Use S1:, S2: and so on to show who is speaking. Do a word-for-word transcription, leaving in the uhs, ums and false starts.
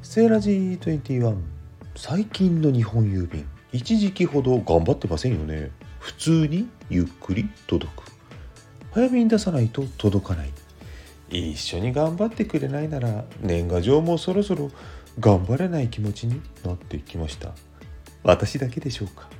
S1: セーラジーにじゅういち。最近の日本郵便、一時期ほど頑張ってませんよね。普通にゆっくり届く。早めに出さないと届かない。一緒に頑張ってくれないなら、年賀状もそろそろ頑張れない気持ちになってきました。私だけでしょうか。